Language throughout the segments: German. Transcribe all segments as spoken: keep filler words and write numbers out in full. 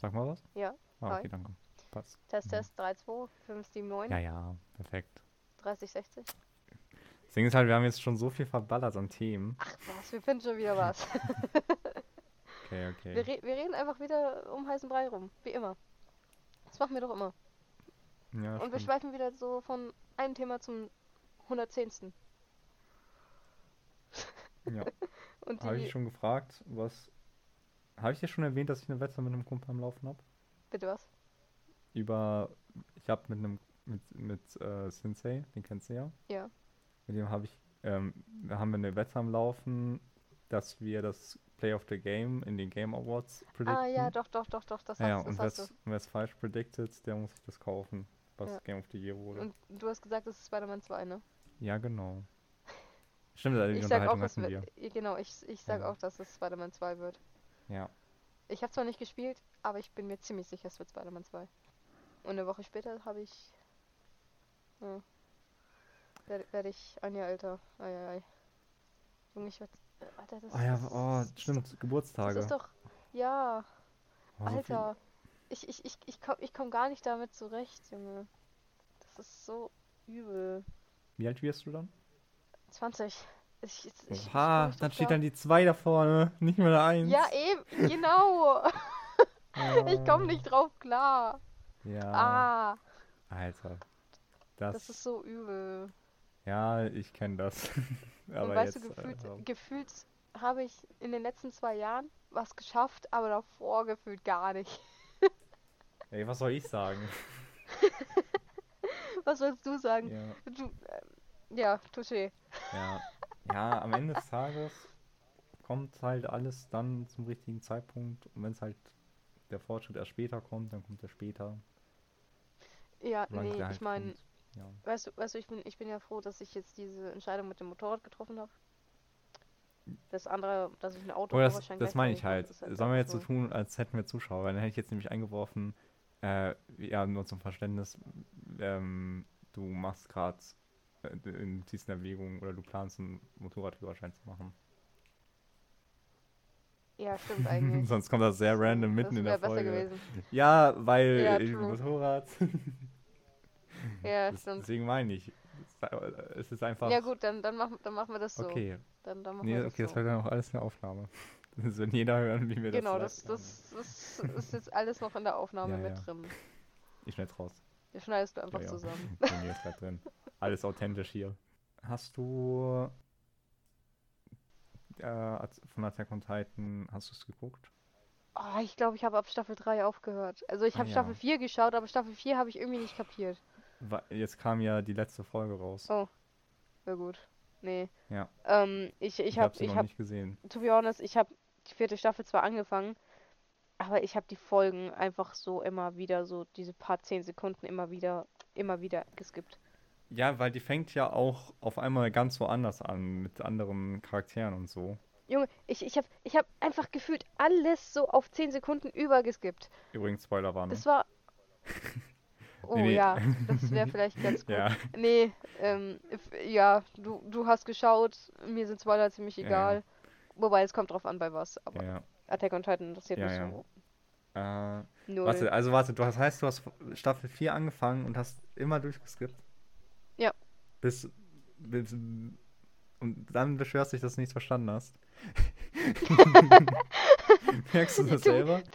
Sag mal was. Ja, Ah, hi. okay, danke. Passt. Test, Mhm. Test, drei zwei fünf sieben neun Ja, ja, perfekt. dreißig sechzig. Das Ding ist halt, wir haben jetzt schon so viel verballert an Themen. Ach was, wir finden schon wieder was. Okay, okay. Wir, re wir reden einfach wieder um heißen Brei rum, wie immer. Das machen wir doch immer. Ja, Und wir stimmt. schweifen wieder so von einem Thema zum hundertzehnten. Ja. Und Habe ich dich die... schon gefragt, was. Habe ich dir schon erwähnt, dass ich eine Wette mit einem Kumpel am Laufen habe? Bitte was? Über. Ich habe mit einem. Mit, mit äh, Sensei, den kennst du ja. Ja. Mit dem habe ich. Ähm, da haben wir eine Wette am Laufen, dass wir das Play of the Game in den Game Awards Ah ja, predikten. doch, doch, doch, doch, das Ja, ja, hast, das und hast du. wer es falsch predicted, der muss sich das kaufen, Ja. was Game of the Year wurde. Und du hast gesagt, das ist Spider-Man zwei, ne? Ja, genau. Stimmt, also die Ich sag auch, Unterhaltung es hatten wird... wir. Genau, ich, ich Ja, sag auch, dass es Spider-Man zwei wird. ja. Ich habe zwar nicht gespielt, aber ich bin mir ziemlich sicher, es wird Spider-Man zwei. Und eine Woche später habe ich... Ja, werde werd ich ein Jahr älter. Eieiei. Junge, ich werd... äh, Alter, Ah das, ja, oh, das ist doch... stimmt, Das ist Geburtstage. doch... Ja, Oh, so viel. Alter. Ich, ich, ich, ich, komm, ich komm gar nicht damit zurecht, Junge. Das ist so übel. Wie alt wirst du dann? zwanzig. Ich, ich, ich, ich komm Oha, nicht dann drauf steht klar. dann die zwei da vorne, nicht mehr eine Ja, eins. eben, genau. Ich komm Ah, nicht drauf klar. ja, Ah, Alter, das ist das, so übel. ja, ich kenne das. Und Aber weißt du, jetzt, gefühlt, äh, gefühlt habe ich in den letzten zwei Jahren was geschafft, aber davor gefühlt gar nicht. ey, was soll ich sagen? Was sollst du sagen? Ja, Du, ähm, ja, touché. ja, ja, am Ende des Tages kommt halt alles dann zum richtigen Zeitpunkt. Und wenn es halt der Fortschritt erst später kommt, dann kommt er später, Ja, solange nee, der ich halt meine, kommt. Ja. weißt du, weißt du, ich bin, ich bin ja froh, dass ich jetzt diese Entscheidung mit dem Motorrad getroffen habe. Das andere, dass ich einen Oder das, Autoführerschein das meine gleichzeitig ich mache, halt. ist halt Sollen wir einfach jetzt so nur. tun, als hätten wir Zuschauer? Dann hätte ich jetzt nämlich eingeworfen, äh, ja, nur zum Verständnis, ähm, du machst gerade, äh, du ziehst in Erwägung oder du planst einen Motorradführerschein zu machen. Ja, stimmt eigentlich. Sonst kommt das sehr Das, wär- random mitten das in der wäre besser Folge. gewesen. Ja, Ja, weil äh, true. Motorrad. Ja, Das, stimmt. deswegen meine ich. Es ist einfach. Ja gut, dann, dann, machen, dann machen wir das so. Okay. Dann, dann machen Nee, wir das okay, das so. wäre dann auch alles eine Aufnahme. Das wird jeder hören, wie wir das Genau, live das, machen. das, das ist jetzt alles noch in der Aufnahme Ja, mit ja. drin. Ich schneid's raus. Das schneidest du Ja, einfach ja. zusammen. Nee, nee, ist bleibt drin. Alles authentisch hier. Hast du äh, von Attack on Titan, hast du es geguckt? Oh, ich glaube, ich habe ab Staffel drei aufgehört. Also ich Ah habe Staffel ja. vier geschaut, aber Staffel vier habe ich irgendwie nicht kapiert. Wa- Jetzt kam ja die letzte Folge raus. Oh, na gut. Nee. Ja. Ähm, ich, ich Ich habe habe, sie noch ich habe, nicht gesehen. to be honest, ich habe die vierte Staffel zwar angefangen, aber ich habe die Folgen einfach so immer wieder, so diese paar zehn Sekunden immer wieder, immer wieder geskippt. Ja, weil die fängt ja auch auf einmal ganz woanders an, mit anderen Charakteren und so. Junge, ich, ich habe ich hab einfach gefühlt alles so auf zehn Sekunden übergeskippt. Übrigens, Spoilerwarnung. Das war, Nee, oh nee. ja, das wäre vielleicht ganz gut. Ja, Nee, ähm, if- ja, du, du hast geschaut, mir sind Spoiler ziemlich ja, ja, egal. Wobei, es kommt drauf an, bei was, ja, aber ja, Attack on Titan interessiert ja, mich ja. so Äh, null. warte, also warte, du hast, heißt, du hast Staffel vier angefangen und hast immer durchgeskippt. Ja. Bis, bis, und dann beschwerst du dich, dass du nichts verstanden hast. Merkst du das Du, selber?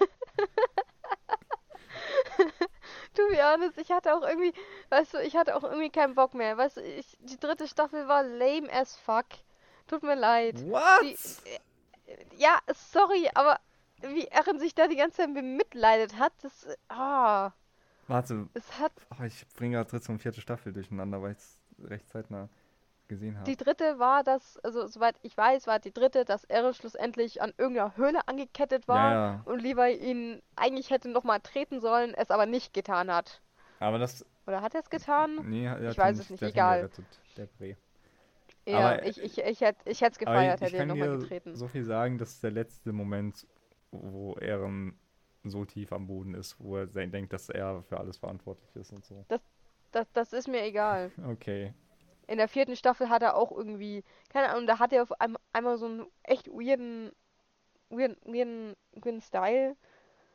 to be honest, ich hatte auch irgendwie, weißt du, ich hatte auch irgendwie keinen Bock mehr. Weißt du, ich, die dritte Staffel war lame as fuck. Tut mir leid. Die, What? äh, ja, sorry, aber wie Erin sich da die ganze Zeit bemitleidet hat, das, äh, ah, Warte, es hat, oh, ich bringe gerade dritte und vierte Staffel durcheinander, weil ich es recht zeitnah gesehen habe. die dritte war das, also soweit ich weiß, war die dritte, dass Erin schlussendlich an irgendeiner Höhle angekettet Ja, war ja, und Levi ihn eigentlich hätte nochmal treten sollen, es aber nicht getan hat. aber das, Oder hat er es getan? nee, er Ich hat ihn weiß es nicht, nicht, der hat ihn egal. gerettet, der Bre. Ja, Aber, ich, ich, ich hätte ich es aber gefeiert, ich hätte er ihn kann nochmal dir getreten. so viel sagen, das ist der letzte Moment, wo Eren so tief am Boden ist, wo er se- denkt, dass er für alles verantwortlich ist und so. Das, das, das ist mir egal. Okay. In der vierten Staffel hat er auch irgendwie, keine Ahnung, da hat er auf einmal, einmal so einen echt weirden, weirden, weirden, weirden Style.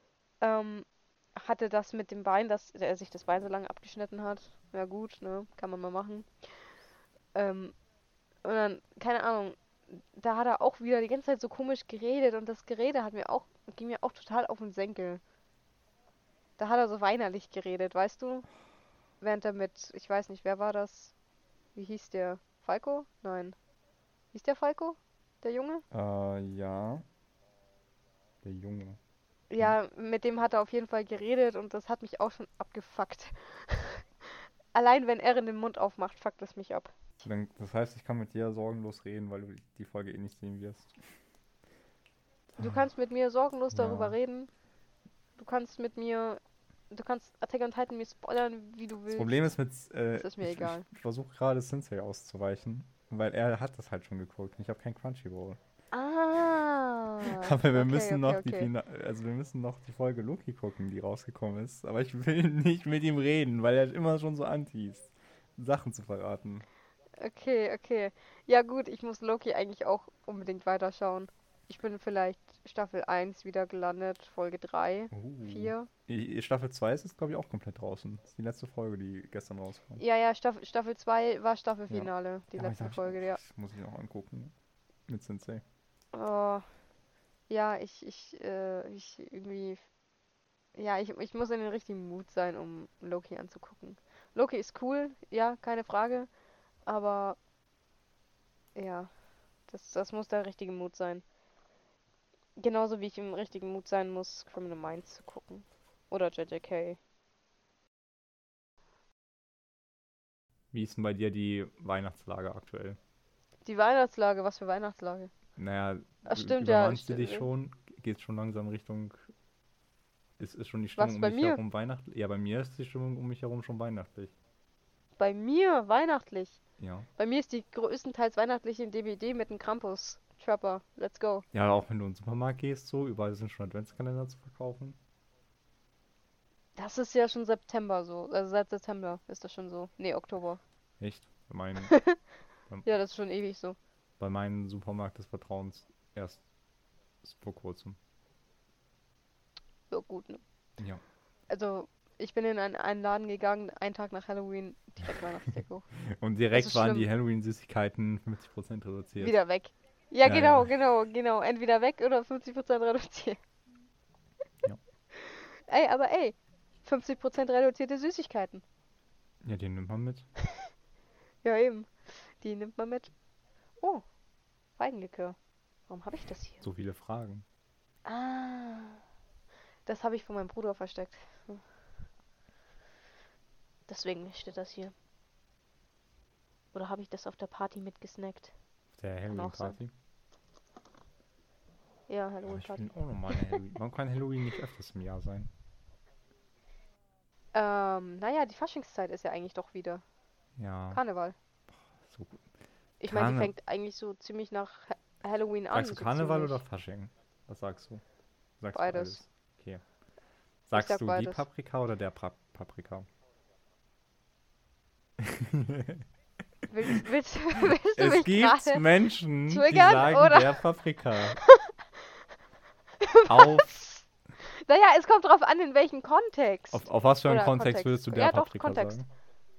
ähm, hatte das mit dem Bein, dass er sich das Bein so lange abgeschnitten hat. Ja gut, ne, kann man mal machen. Ähm, und dann, keine Ahnung, da hat er auch wieder die ganze Zeit so komisch geredet und das Gerede hat mir auch, ging mir auch total auf den Senkel. Da hat er so weinerlich geredet, weißt du? Während er mit, ich weiß nicht, wer war das? Wie hieß der? Falco? Nein. Hieß der Falco? Der Junge? Äh, ja, der Junge. Hm. Ja, mit dem hat er auf jeden Fall geredet und das hat mich auch schon abgefuckt. Allein wenn er in den Mund aufmacht, fuckt es mich ab. Dann, das heißt, ich kann mit dir sorgenlos reden, weil du die Folge eh nicht sehen wirst. Du kannst mit mir sorgenlos darüber Ja. reden. Du kannst mit mir, du kannst Attack on Titan mir spoilern, wie du Das Problem ist willst. mit, äh, Das ist mir ich, ich, egal. ich versuche gerade Sensei auszuweichen, weil er hat das halt schon geguckt. Ich habe kein Crunchyroll. Ah, Aber wir okay, müssen okay, noch die okay. Fina also wir müssen noch die Folge Loki gucken, die rausgekommen ist. Aber ich will nicht mit ihm reden, weil er immer schon so anti ist, Sachen zu verraten. Okay, okay. Ja gut, ich muss Loki eigentlich auch unbedingt weiterschauen. Ich bin vielleicht Staffel eins wieder gelandet, Folge drei, Uh. vier. I- Staffel zwei ist jetzt, glaube ich, auch komplett draußen. Das ist die letzte Folge, die gestern rauskam. Ja, ja, Staffel, Staffel zwei war Ja. Staffelfinale, die Ja, aber ich letzte dachte, oh, Folge, ja. das muss ich noch angucken. Mit Sensei. Oh, ja, ich, ich, äh, ich irgendwie, ja, ich, ich muss in den richtigen Mut sein, um Loki anzugucken. Loki ist cool, ja, keine Frage, aber ja, das, das muss der richtige Mut sein. Genauso wie ich im richtigen Mut sein muss, Criminal Minds zu gucken. Oder J J K. Wie ist denn bei dir die Weihnachtslage aktuell? Die Weihnachtslage, was für Weihnachtslage? Naja, Ach ü- stimmt, ja, übermannst du st dich schon? Geht schon langsam Richtung. Ist, ist schon die Stimmung was um bei dich mir? herum weihnachtlich? Ja, bei mir ist die Stimmung um mich herum schon weihnachtlich. Bei mir weihnachtlich. Ja. Bei mir ist die größtenteils weihnachtlich in D V D mit dem Krampus. Trapper, let's go. Ja, auch wenn du in den Supermarkt gehst, so, überall sind schon Adventskalender zu verkaufen. Das ist ja schon September so. Also seit September ist das schon so. Nee, Oktober. Echt? Bei meinem, bei, Ja, das ist schon ewig so. bei meinem Supermarkt des Vertrauens erst vor kurzem. Ja, gut, ne? Ja. Also, ich bin in einen, einen Laden gegangen, einen Tag nach Halloween, direkt Weihnachtsdeko. Und Das direkt ist waren die schlimm. Halloween-Süßigkeiten fünfzig Prozent reduziert. Wieder weg. Ja, Ja, genau, ja. genau, genau. Entweder weg oder fünfzig Prozent reduziert. Ja. Ey, aber ey, fünfzig Prozent reduzierte Süßigkeiten. Ja, den nimmt man mit. Ja, eben. Die nimmt man mit. Oh, Feigenlikör. Warum habe ich das hier? So viele Fragen. Ah, das habe ich von meinem Bruder versteckt. Hm. Deswegen steht das hier. Oder habe ich das auf der Party mitgesnackt? Auf der Kann auch sein. Halloween-Party. Ja, Aber ich Halloween-Party. will auch nochmal eine Halloween. Warum kann Halloween nicht öfters im Jahr sein? Ähm, naja, die Faschingszeit ist ja eigentlich doch wieder. Ja, Karneval. so gut. Ich meine, die Karne fängt eigentlich so ziemlich nach Ha- Halloween Sagst an, du so Karneval oder ziemlich. Fasching? Was sagst du? Sagst Beides. beides. Okay. Ich Sagst sag du die beides. Paprika oder der pra Paprika? Willst, willst, willst du Es mich gibt gerade Menschen, die triggern sagen oder der Paprika. Auf, was? Naja, es kommt drauf an, in welchem Kontext. auf, auf was für einen Oder Kontext Kontext. würdest du der Ja, doch, Paprika Kontext. sagen?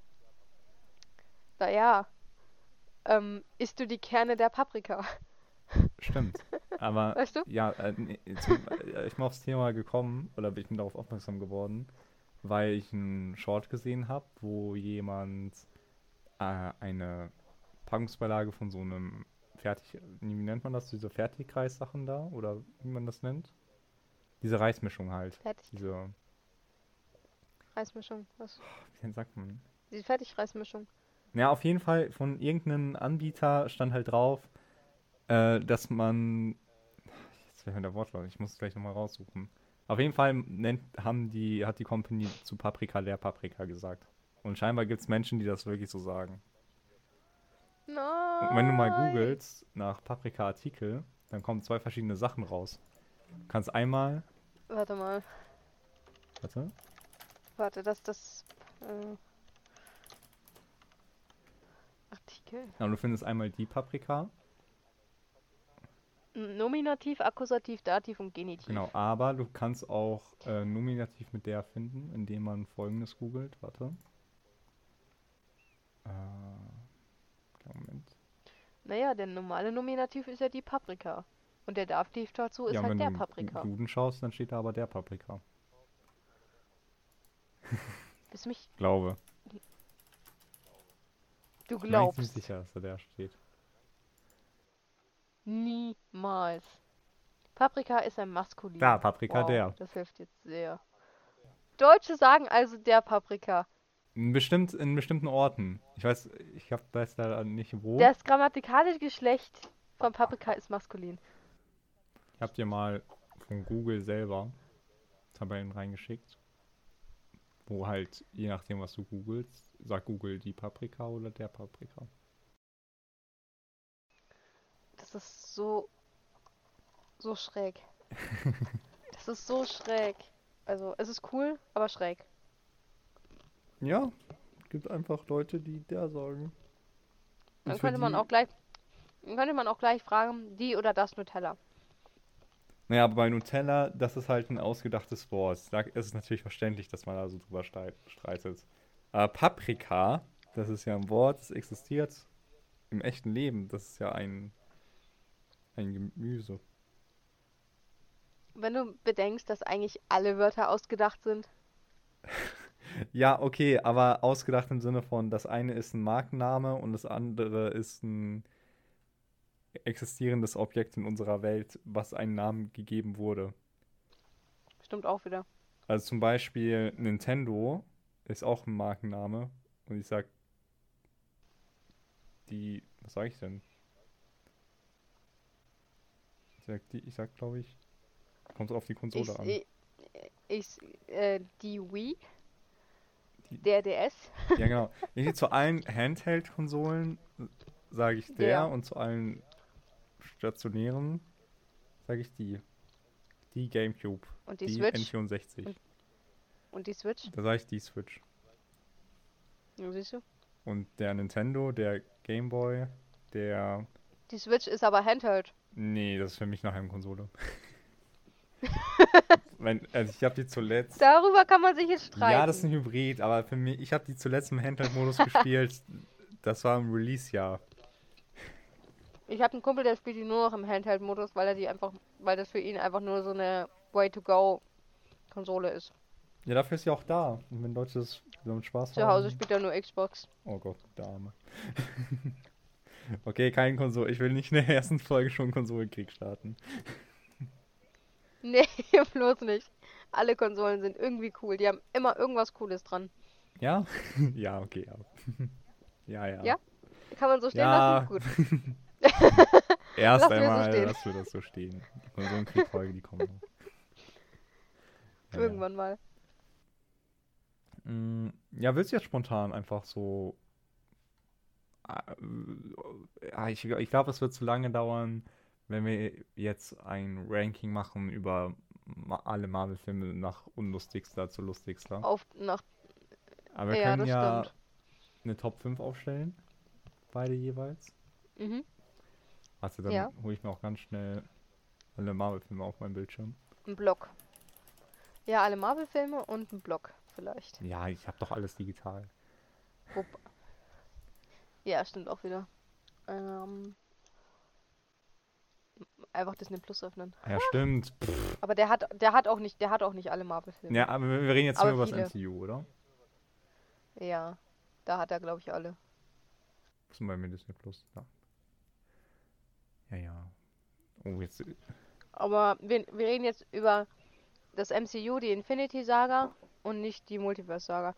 Naja, ähm, isst du die Kerne der Paprika? Stimmt. Aber Weißt du? ja, äh, nee, zum, äh, ich bin aufs Thema gekommen, oder ich bin darauf aufmerksam geworden, weil ich einen Short gesehen habe, wo jemand äh, eine Packungsbeilage von so einem Fertig, wie nennt man das, diese Fertigreissachen da, oder wie man das nennt? Diese Reismischung halt. Fertig. Diese, Reismischung. Was? wie sagt man? Die Fertigreismischung. Ja, auf jeden Fall von irgendeinem Anbieter stand halt drauf, äh, dass man, jetzt wäre mir der Wortlaut, ich muss es gleich nochmal raussuchen. Auf jeden Fall nennt, haben die, hat die Company zu Paprika leer Paprika gesagt. Und scheinbar gibt es Menschen, die das wirklich so sagen. Und wenn du mal Nein. googelst nach Paprika-Artikel, dann kommen zwei verschiedene Sachen raus. Du kannst einmal, Warte mal. warte, Warte, das, das, äh, Artikel. ja, du findest einmal die Paprika Nominativ, Akkusativ, Dativ und Genitiv. Genau, aber du kannst auch äh, Nominativ mit der finden, indem man folgendes googelt. Warte. Äh, kleinen Moment. Naja, der normale Nominativ ist ja die Paprika. Und der Dativ dazu ist Ja, und halt wenn du der im Du- Paprika. Duden schaust, dann steht da aber der Paprika. Bis mich. Glaube. Du Ich bin mir eigentlich ziemlich glaubst. sicher, dass da der steht. Niemals. Paprika ist ein Maskulin. Da, Paprika Wow, der. das hilft jetzt sehr. Deutsche sagen also der Paprika. In, bestimmt, in bestimmten Orten. Ich weiß, ich hab, weiß da nicht wo. Das grammatikalische Geschlecht von Paprika ist maskulin. Ich hab dir mal von Google selber Tabellen reingeschickt. Wo halt, je nachdem, was du googelst, sagt Google die Paprika oder der Paprika. Das ist so. so schräg. Das ist so schräg. Also, es ist cool, aber schräg. Ja, gibt einfach Leute, die der sagen. Dann Und für könnte man die- auch gleich. Dann könnte man auch gleich fragen, die oder das Nutella. Naja, aber bei Nutella, das ist halt ein ausgedachtes Wort. Da ist es natürlich verständlich, dass man da so drüber streit- streitet. Aber Paprika, das ist ja ein Wort, das existiert im echten Leben. Das ist ja ein, ein Gemüse. Wenn du bedenkst, dass eigentlich alle Wörter ausgedacht sind. Ja, okay, aber ausgedacht im Sinne von, das eine ist ein Markenname und das andere ist ein existierendes Objekt in unserer Welt, was einen Namen gegeben wurde. Stimmt auch wieder. Also zum Beispiel Nintendo ist auch ein Markenname und ich sag die, was sag ich denn? Ich sag die, ich sag glaube ich, kommt auf die Konsole Ich, an. ich, ich äh, die Wii, Die, der D S, ja genau. Ich, zu allen Handheld-Konsolen sage ich der der und zu allen stationären sage ich die. Die GameCube. und die Die Switch N vierundsechzig. und, und die Switch. Da sage ich die Switch. Ja, siehst du? Und der Nintendo, der Game Boy, der... Die Switch ist aber Handheld. Nee, das ist für mich eine Heimkonsole. Wenn, also ich habe die zuletzt... Darüber kann man sich jetzt streiten. Ja, das ist ein Hybrid, aber für mich, ich habe die zuletzt im Handheld-Modus gespielt. Das war im Release-Jahr. Ich habe einen Kumpel, der spielt die nur noch im Handheld-Modus, weil er die einfach, weil das für ihn einfach nur so eine Way-to-Go-Konsole ist. Ja, dafür ist sie auch da. Und wenn Leute das damit Spaß Zu Hause haben... spielt er nur Xbox. Oh Gott, der Arme. Okay, kein Konsole. Ich will nicht in der ersten Folge schon einen Konsolenkrieg starten. Nee, bloß nicht. Alle Konsolen sind irgendwie cool. Die haben immer irgendwas Cooles dran. Ja? Ja, okay, ja. Ja, ja. Ja? Kann man so stehen Ja. lassen? Gut. Erst Lassen wir so einmal stehen. lassen wir das so stehen. Die Konsolenkrieg-Folge, die kommt noch. Ja, Irgendwann mal. Ja, mm, ja willst du jetzt spontan einfach so... Ja, ich, ich glaube, es wird zu lange dauern, wenn wir jetzt ein Ranking machen über ma alle Marvel-Filme nach unlustigster zu lustigster. Auf nach. Aber wir Ja, können das ja stimmt. eine Top fünf aufstellen. Beide jeweils. Mhm. Warte, dann Ja. hole ich mir auch ganz schnell alle Marvel-Filme auf meinem Bildschirm. Ein Block. Ja, alle Marvel-Filme und ein Block vielleicht. Ja, ich habe doch alles digital. Wupp. Ja, stimmt auch wieder. Ähm, einfach Disney Plus öffnen. Ja, stimmt. Pff. Aber der hat, der hat auch nicht, der hat auch nicht alle Marvel-Filme. Ja, aber wir wir reden jetzt Aber nur über das viele. M C U, oder? Ja, da hat er, glaube ich, alle. Was ist denn bei mir Disney Plus? Ja. Ja, ja. Oh, jetzt. Aber wir, wir reden jetzt über das M C U, die Infinity-Saga und nicht die Multiverse-Saga.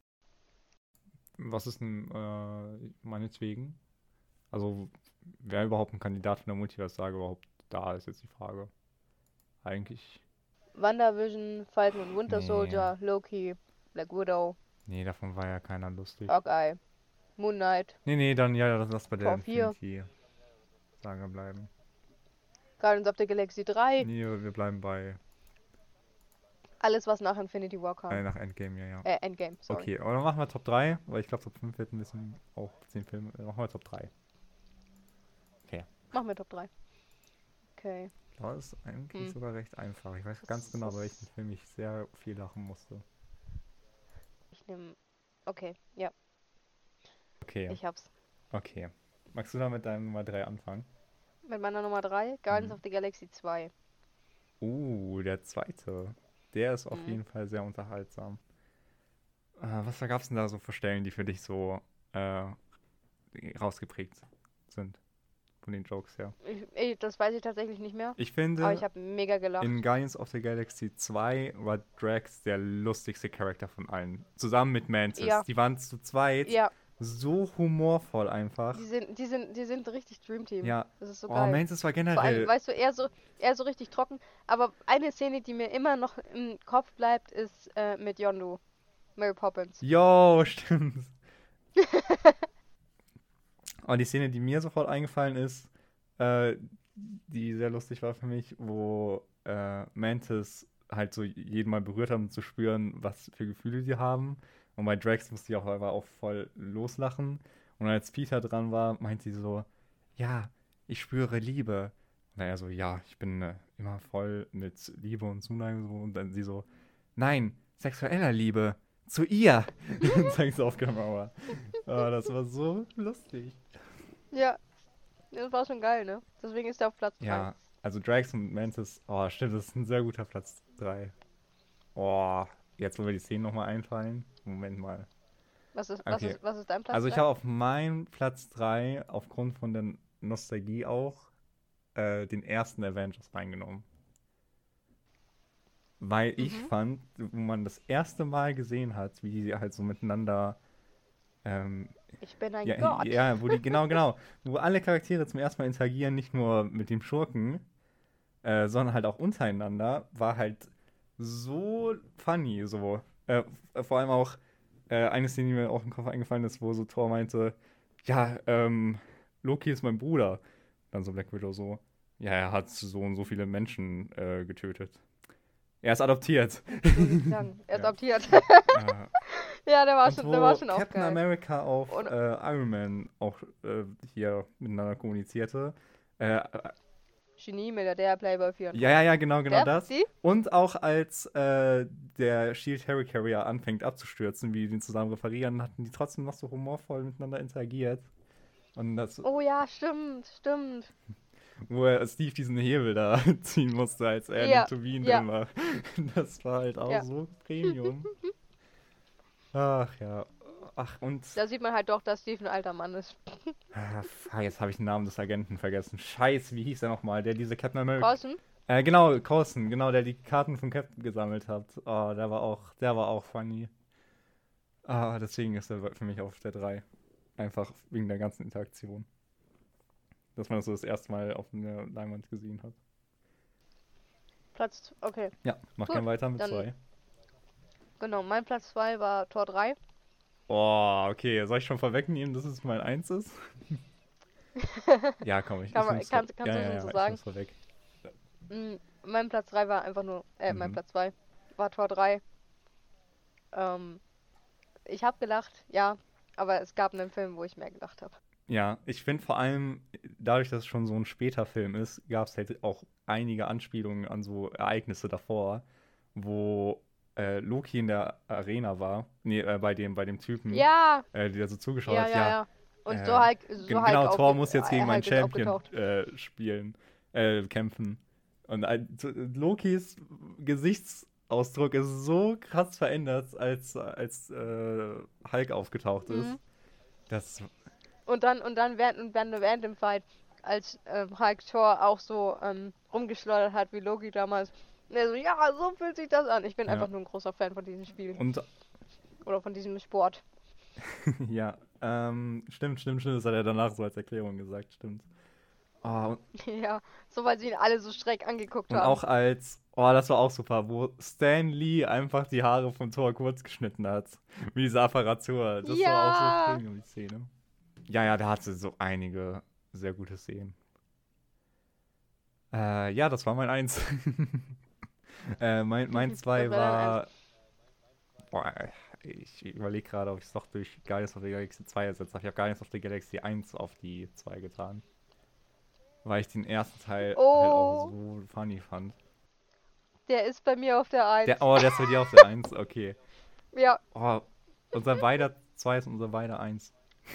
Was ist denn äh, meinetwegen? Also, wer überhaupt ein Kandidat von der Multiverse-Sage überhaupt da ist, jetzt die Frage. Eigentlich. WandaVision, Falcon und Winter Nee. Soldier, Loki, Black Widow, Nee, davon war ja keiner lustig. Hawkeye, Moon Knight, Nee, nee, dann ja, lass, lass bei der Tor vier. Infinity-Sage bleiben. Guardians of the Galaxy drei, Nee, wir bleiben bei. alles was nach Infinity War kam. Äh, nach Endgame, ja, ja. Äh, Endgame, sorry. Okay, aber dann machen wir Top drei, weil ich glaube Top fünf wird ein bisschen auch zehn Filme. Dann machen wir Top drei. Machen wir Top drei. Okay. Ich glaube, das ist eigentlich Hm. sogar recht einfach. Ich weiß ganz Das genau, bei welchem ist. Film ich sehr viel lachen musste. Ich nehme. Okay, ja, Okay, ich hab's. okay. Magst du da mit deinem Nummer drei anfangen? Mit meiner Nummer drei, Guardians Mhm. of the Galaxy zwei. Uh, der zweite. Der ist auf Mhm. jeden Fall sehr unterhaltsam. Äh, was gab es denn da so für Stellen, die für dich so äh, rausgeprägt sind? Von den Jokes her. Ich, ich, das weiß ich tatsächlich nicht mehr. Ich Aber ich finde, habe mega in gelacht. Guardians of the Galaxy zwei war Drax der lustigste Charakter von allen. Zusammen mit Mantis. Ja, Die waren zu zweit ja. so humorvoll einfach. Die sind, die sind, die sind richtig Dream Team. Ja. Das ist so Oh, geil. Mantis war Vor allem, generell. weißt du, eher so, eher so richtig trocken. Aber eine Szene, die mir immer noch im Kopf bleibt, ist äh, mit Yondu. Mary Poppins. Yo, stimmt. Und die Szene, die mir sofort eingefallen ist, äh, die sehr lustig war für mich, wo äh, Mantis halt so jeden Mal berührt hat, um zu spüren, was für Gefühle die haben. Und bei Drax musste ich auch, aber auch voll loslachen. Und als Peter dran war, meint sie so, ja, ich spüre Liebe. Und er so, ja, ich bin äh, immer voll mit Liebe und Zuneigung. So. Und dann sie so, nein, sexueller Liebe. Zu ihr. Und zeigt sie auf Kamera. Oh, das war so lustig. Ja, das war schon geil, ne? Deswegen ist er auf Platz drei. Ja, also Drax und Mantis, oh, stimmt, das ist ein sehr guter Platz drei. Oh, jetzt, wo mir die Szenen nochmal einfallen. Moment mal. Was ist, was Okay, ist, was ist dein Platz also ich drei? habe auf meinem Platz drei aufgrund von der Nostalgie auch äh, den ersten Avengers reingenommen. Weil ich Mhm. fand, wo man das erste Mal gesehen hat, wie die halt so miteinander ähm, Ich bin ein ja, Gott. ja, wo die, genau, genau, wo alle Charaktere zum ersten Mal interagieren, nicht nur mit dem Schurken, äh, sondern halt auch untereinander, war halt so funny, so. Äh, vor allem auch äh, eine Szene, die mir auch im Kopf eingefallen ist, wo so Thor meinte, ja, ähm, Loki ist mein Bruder. Dann so Black Widow so, ja, er hat so und so viele Menschen äh, getötet. Er ist adoptiert. So nicht sagen. Er ist Ja. adoptiert. Äh, Ja, der war und schon, der war wo schon auch Captain geil. America auf Und äh, Iron Man auch äh, hier miteinander kommunizierte. Äh, Genie, Milliardär, Playboy, ja, vierunddreißig. ja, ja, genau, genau Der? das. Die? Und auch als äh, der Shield Helicarrier anfängt abzustürzen, wie die den zusammen reparieren, hatten die trotzdem noch so humorvoll miteinander interagiert. Und das, Oh ja, stimmt, stimmt. wo er Steve diesen Hebel da ziehen musste, als er in den Ja, Turbinen ja, drin war. Das war halt auch ja. so Premium. Ach ja. Ach, und. Da sieht man halt doch, dass Steve ein alter Mann ist. Ah, fuck, jetzt habe ich den Namen des Agenten vergessen. Scheiße, wie hieß er nochmal? Der diese Captain America. Carson? Äh, genau, Coulson, genau, der die Karten von Captain gesammelt hat. Oh, der war auch, der war auch funny. Ah, deswegen ist er für mich auf der drei. Einfach wegen der ganzen Interaktion. Dass man das so das erste Mal auf einer Leinwand gesehen hat. Platz, okay. Ja, mach Gut, gerne weiter mit dann, zwei. genau, mein Platz zwei war Tor drei. Oh, okay, soll ich schon vorwegnehmen, dass es mein eins ist? Ja, komm, ich, Kann ich man, nehm's vor. kannst, kannst Ja, du ja, schon so ja, ich sagen. nehm's vorweg. Mm, Mein Platz drei war einfach nur, äh, mein Mhm. Platz zwei war Tor drei. Ähm, ich habe gelacht, ja, aber es gab einen Film, wo ich mehr gelacht habe. Ja, ich finde vor allem, dadurch, dass es schon so ein später Film ist, gab es halt auch einige Anspielungen an so Ereignisse davor, wo äh, Loki in der Arena war, nee, äh, bei dem, bei dem Typen, Ja, äh, der so zugeschaut ja, hat, ja, ja, ja. Und so äh, Hulk, so gen Hulk genau, Thor aufge muss jetzt gegen äh, meinen Hulk ist Champion aufgetaucht. äh, spielen, äh, kämpfen. Und äh, so- Lokis Gesichtsausdruck ist so krass verändert, als, als äh, Hulk aufgetaucht ist. Mhm. Das, Und dann, und dann während, und dann während dem Fight, als ähm, Hulk Thor auch so ähm, rumgeschleudert hat wie Loki damals. Und er so, ja, so fühlt sich das an. Ich bin ja. einfach nur ein großer Fan von diesem Spiel. Und Oder von diesem Sport. ja, ähm, stimmt, stimmt, stimmt. Das hat er danach so als Erklärung gesagt, stimmt. Oh, und, Ja, so weil sie ihn alle so schräg angeguckt und haben. auch als, oh, das war auch super, wo Stan Lee einfach die Haare von Thor kurz geschnitten hat. Wie diese Apparatur. Das war auch so Ja! Premium, die Szene. Ja, ja, der hatte so einige sehr gute Szenen. Äh, ja, das war mein Eins. äh, mein, mein Zwei Das war dein war. Boah, ich überlege gerade, ob ich es doch durch Guardians of the Galaxy zwei ersetzt habe. Ich habe Guardians of the Galaxy eins auf die zwei getan. weil ich den ersten Teil Oh. halt auch so funny fand. Der ist bei mir auf der eins. Der, oh, der ist bei dir auf der eins, okay. Ja. Oh, unser beider zwei ist unser beider eins.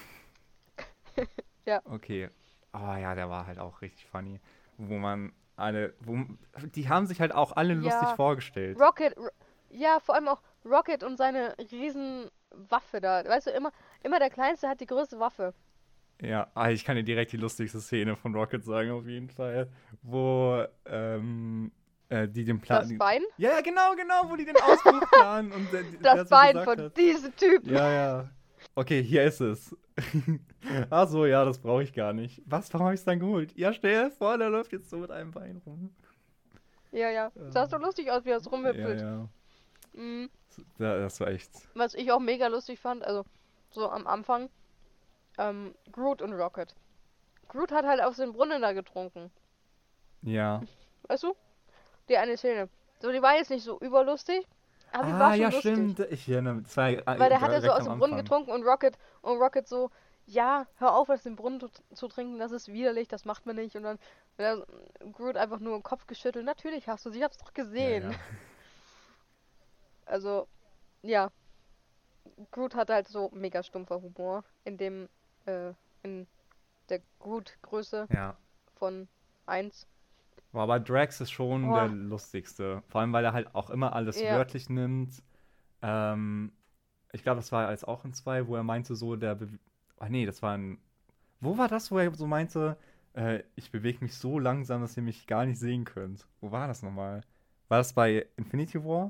Ja. Okay. Oh ja, der war halt auch richtig funny. Wo man alle, wo, die haben sich halt auch alle Ja. lustig vorgestellt. Rocket, Ro- ja, vor allem auch Rocket und seine riesen Waffe da. Weißt du, immer, immer der Kleinste hat die größte Waffe. Ja, ah, ich kann dir direkt die lustigste Szene von Rocket sagen, auf jeden Fall. Wo, ähm, äh, die den Plan. Das Bein? Ja, ja, genau, genau, wo die den Ausflug planen und der, der Das so Bein gesagt von hat. diesem Typen. Ja, ja. Okay, hier ist es. Ach so, ja, das brauche ich gar nicht. Was, warum habe ich es dann geholt? Ja, stell dir vor, der läuft jetzt so mit einem Bein rum. Ja, ja. Sah so lustig aus, wie er es Ja, rumhüpfelt. ja. Mhm. Da- Das war echt. Was ich auch mega lustig fand, also so am Anfang, ähm, Groot und Rocket. Groot hat halt aus dem Brunnen da getrunken. Ja. Weißt du? Die eine Szene. So, die war jetzt nicht so überlustig, aber die war Ah, schon ja, lustig. stimmt. Ich erinnere mich. Das war, äh, Weil der hat ja so direkt aus am dem Brunnen Anfang. getrunken und Rocket und Rocket so, ja, hör auf, aus dem Brunnen zu, zu trinken, das ist widerlich, das macht man nicht. Und dann hat er Groot einfach nur den Kopf geschüttelt. Natürlich hast du sie, ich hab's doch gesehen. Ja, ja. Also, ja. Groot hat halt so mega stumpfer Humor in dem, äh, in der Groot-Größe Ja. von eins. Boah, aber Drax ist schon Boah. der lustigste. Vor allem, weil er halt auch immer alles Ja. wörtlich nimmt. Ähm, ich glaube, das war jetzt auch in zwei, wo er meinte so, der. Be ah, nee, das war ein. Wo war das, wo er so meinte, äh, ich bewege mich so langsam, dass ihr mich gar nicht sehen könnt? Wo war das nochmal? War das bei Infinity War?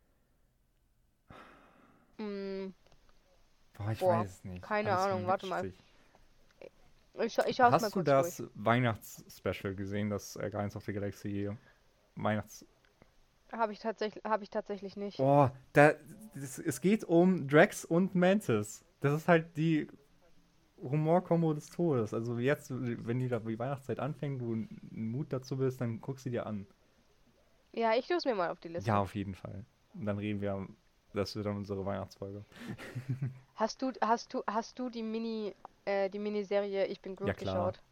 Mm, Boah, ich Boah, weiß es nicht. keine Alles Ahnung, warte mal. witzig. ich, scha- ich schau's mal Hast du kurz das durch. Weihnachtsspecial gesehen, das äh, Guardians of the Galaxy Weihnachts... Habe ich tatsächlich, habe ich tatsächlich nicht. Oh, da, das, es geht um Drax und Mantis. Das ist halt die Humorkombo des Todes. Also jetzt, wenn die da die Weihnachtszeit anfängt, du einen Mut dazu bist, dann guck sie dir an. Ja, ich tue es mir mal auf die Liste. Ja, auf jeden Fall. Und dann reden wir, das wird dann unsere Weihnachtsfolge. Hast du, hast du, hast du die Mini, äh, die Miniserie Ich bin Groot Ja, klar. geschaut?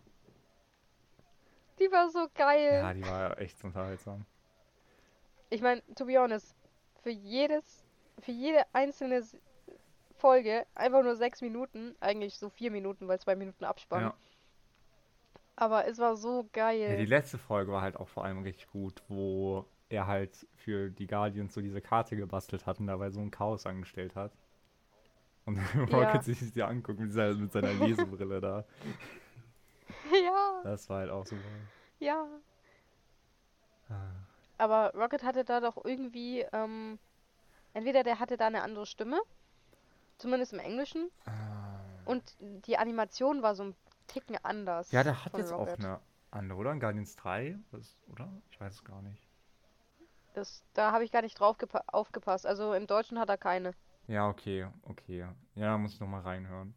Die war so geil. Ja, die war echt unterhaltsam. Ich meine, to be honest, für jedes, für jede einzelne S- Folge einfach nur sechs Minuten, eigentlich so vier Minuten, weil zwei Minuten Abspann. Ja. Aber es war so Ja, die geil. letzte Folge war halt auch vor allem richtig gut, wo er halt für die Guardians so diese Karte gebastelt hat und dabei so ein Chaos angestellt hat. Und Ja. Rocket sich das anguckt mit, dieser, mit seiner Lesebrille da. Ja, Das war halt auch super. ja. Ah. Aber Rocket hatte da doch irgendwie, ähm, entweder der hatte da eine andere Stimme, zumindest im Englischen, Ah. und die Animation war so ein Ticken anders. Ja, der hat von jetzt auch Rocket. eine andere, oder? In Guardians drei? Das, oder? Ich weiß es gar nicht. Das, da habe ich gar nicht drauf gepa- aufgepasst. Also im Deutschen hat er keine. Ja, okay, okay. Ja, muss ich nochmal reinhören.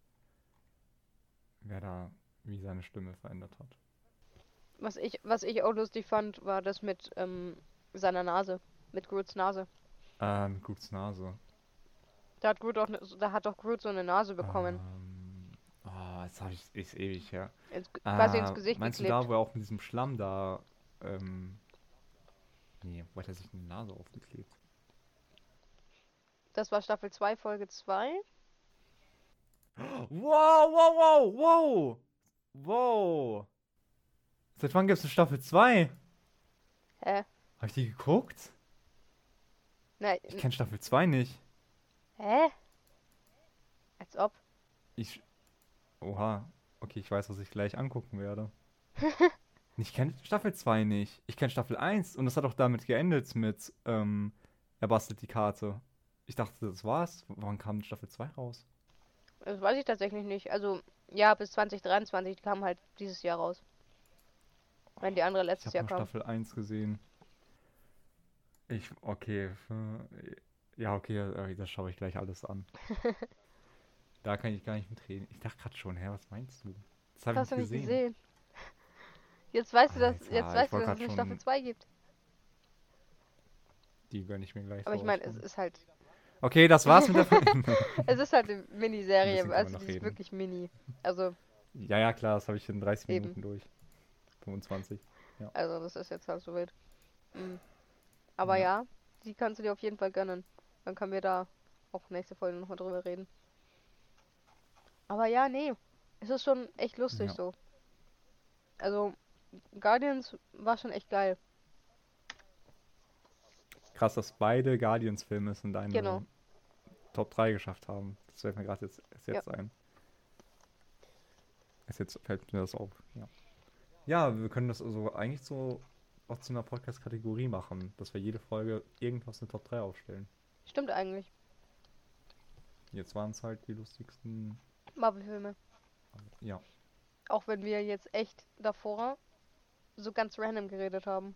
Wer da, wie seine Stimme verändert hat. Was ich, was ich auch lustig fand, war das mit ähm, seiner Nase, mit Groots Nase. Ähm, Groots Nase. Da hat Groot auch, ne, da hat doch Groot so eine Nase bekommen. Ähm, oh, jetzt habe ich, ist ewig her. Ins, quasi ins Äh, Gesicht meinst du geklebt. da, wo er auch mit diesem Schlamm da, ähm, nee, wo hat er sich eine Nase aufgeklebt? Das war Staffel zwei, Folge zwei. Wow, wow, wow, wow! Wow! Seit wann gibt es eine Staffel zwei? Hä? Habe ich die geguckt? Nein. Ich kenne Staffel zwei nicht. Hä? Als ob. Ich. Oha. Okay, ich weiß, was ich gleich angucken werde. Ich kenne Staffel zwei nicht. Ich kenne Staffel eins und das hat auch damit geendet mit, ähm, er bastelt die Karte. Ich dachte, das war's. Wann kam Staffel zwei raus? Das weiß ich tatsächlich nicht. Also, ja, bis zwanzig dreiundzwanzig kam halt dieses Jahr raus. Wenn die andere Ich letztes habe Jahr nur kam. Staffel eins gesehen. Ich, okay. äh, Ja, okay, äh, das schaue ich gleich alles an. Da kann ich gar nicht mitreden. Ich dachte gerade schon, hä, was meinst du? Das habe ich Hast du nicht nicht gesehen. gesehen? Jetzt weißt du, dass, Alter, jetzt ich weißt du, wollt dass es grad eine schon- Staffel zwei gibt. Die gönne ich mir gleich. Aber ich sowas meine, es von. ist halt, Okay, das war's mit der Folge. es ist halt eine Ein Miniserie, bisschen kann man also noch die ist reden. wirklich mini. Also, Ja, ja, klar, das habe ich in dreißig Eben. Minuten durch. fünfundzwanzig. Ja. Also das ist jetzt halt so wild. Mhm. Aber Ja. ja, die kannst du dir auf jeden Fall gönnen. Dann können wir da auch nächste Folge nochmal drüber reden. Aber ja, nee. Es ist schon echt lustig Ja. so. Also, Guardians war schon echt geil. Krass, dass beide Guardians-Filme es in Genau. deine Top drei geschafft haben. Das fällt mir gerade jetzt, erst Ja. jetzt ein. Erst jetzt fällt mir das auf. Ja. Ja, wir können das also eigentlich so auch zu einer Podcast-Kategorie machen, dass wir jede Folge irgendwas in Top drei aufstellen. Stimmt eigentlich. Jetzt waren es halt die lustigsten. Marvel-Filme. Ja. Auch wenn wir jetzt echt davor so ganz random geredet haben.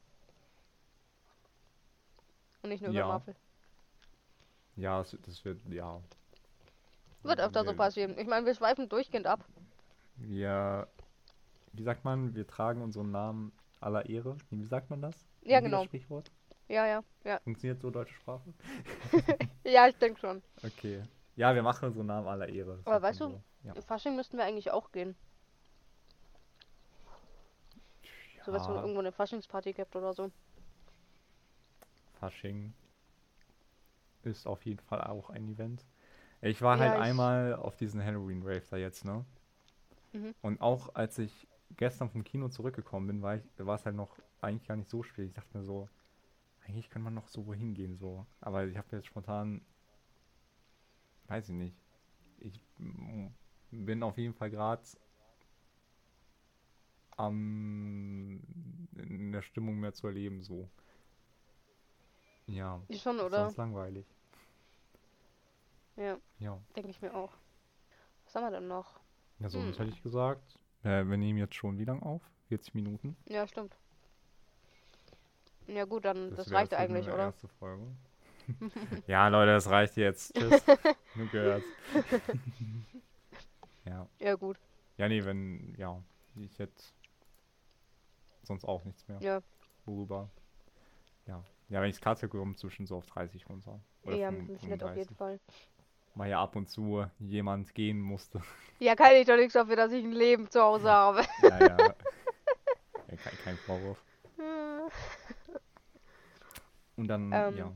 Und nicht nur über Ja. Marvel. Ja, das, das wird, ja. Wird öfter so Wir, passieren. Ich meine, wir schweifen durchgehend ab. wir, wie sagt man, wir tragen unseren Namen aller Ehre. Wie sagt man das? Ja, Wie geht das genau. Sprichwort? Ja, ja, ja. Funktioniert so deutsche Sprache? Ja, ich denke schon. Okay. Ja, wir machen unseren Namen aller Ehre. Aber sagt weißt man du, so. Ja. im Fasching müssten wir eigentlich auch gehen. So, wenn es Ja, irgendwo eine Faschingsparty gibt oder so. Fasching ist auf jeden Fall auch ein Event. Ich war Ja, halt ich. einmal auf diesen Halloween-Rave da jetzt, ne? Mhm. Und auch als ich gestern vom Kino zurückgekommen bin, war ich, war es halt noch eigentlich gar nicht so spät. Ich dachte mir so, eigentlich kann man noch so wohin gehen, so. Aber ich habe jetzt spontan, weiß ich nicht. Ich mm, bin auf jeden Fall gerade am in der Stimmung mehr zu erleben, so. Ja, Die schon, ist oder? sonst langweilig. Ja, Ja. denke ich mir auch. Was haben wir denn noch? Ja, Hm. sonst hätte ich gesagt, äh, wir nehmen jetzt schon wie lang auf? vierzig Minuten. Ja, stimmt. Ja gut, dann Das das wäre reicht jetzt halt nur eigentlich, eine oder? erste Folge. Ja, Leute, das reicht jetzt. Tschüss. Nur gehört. Ja. Ja gut. Ja, nee, wenn, ja, ich hätte sonst auch nichts mehr. Ja, Worüber? Ja. Ja, wenn ich es Karte komme, zwischen so auf dreißig runter. Oder ja, mit dem Schnitt auf jeden fünfunddreißig. Fall. Weil ja ab und zu jemand gehen musste. Ja, kann ich doch nichts dafür, dass ich ein Leben zu Hause habe. Ja, ja. Ja, kein, kein Vorwurf. Und dann, Ähm, ja.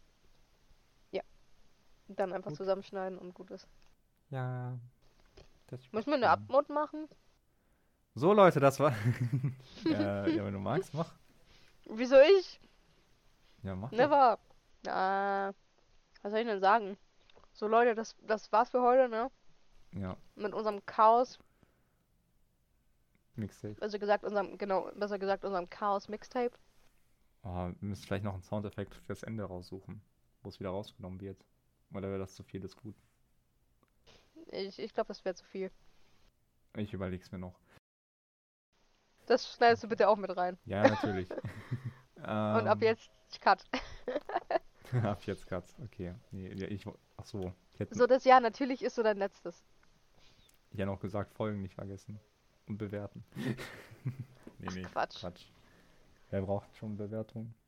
Dann einfach Gut. zusammenschneiden und gut ist. Ja. Das Müssen wir eine Abmod machen? So, Leute, das war. äh, ja, wenn du magst, mach. Wieso ich? Ja, mach. doch. Never. Ah, was soll ich denn sagen? So Leute, das, das war's für heute, ne? Ja, Mit unserem Chaos, Mixtape. besser gesagt unserem, genau, besser gesagt unserem Chaos Mixtape. Oh, wir müssen vielleicht noch einen Soundeffekt fürs Ende raussuchen, wo es wieder rausgenommen wird. Oder wäre das zu viel des Guten? Ich, ich glaube, das wäre zu viel. Ich überleg's mir noch. Das schneidest du bitte auch mit rein. Ja, natürlich. Und ab ähm, jetzt Cut. ab jetzt Cut. Okay. Nee, ja, ich, wo- ach so. Ich hätte So, das ja, natürlich ist so dein letztes. ja noch gesagt, Folgen nicht vergessen. Und bewerten. nee, nee, Quatsch. Quatsch. Wer braucht schon Bewertung?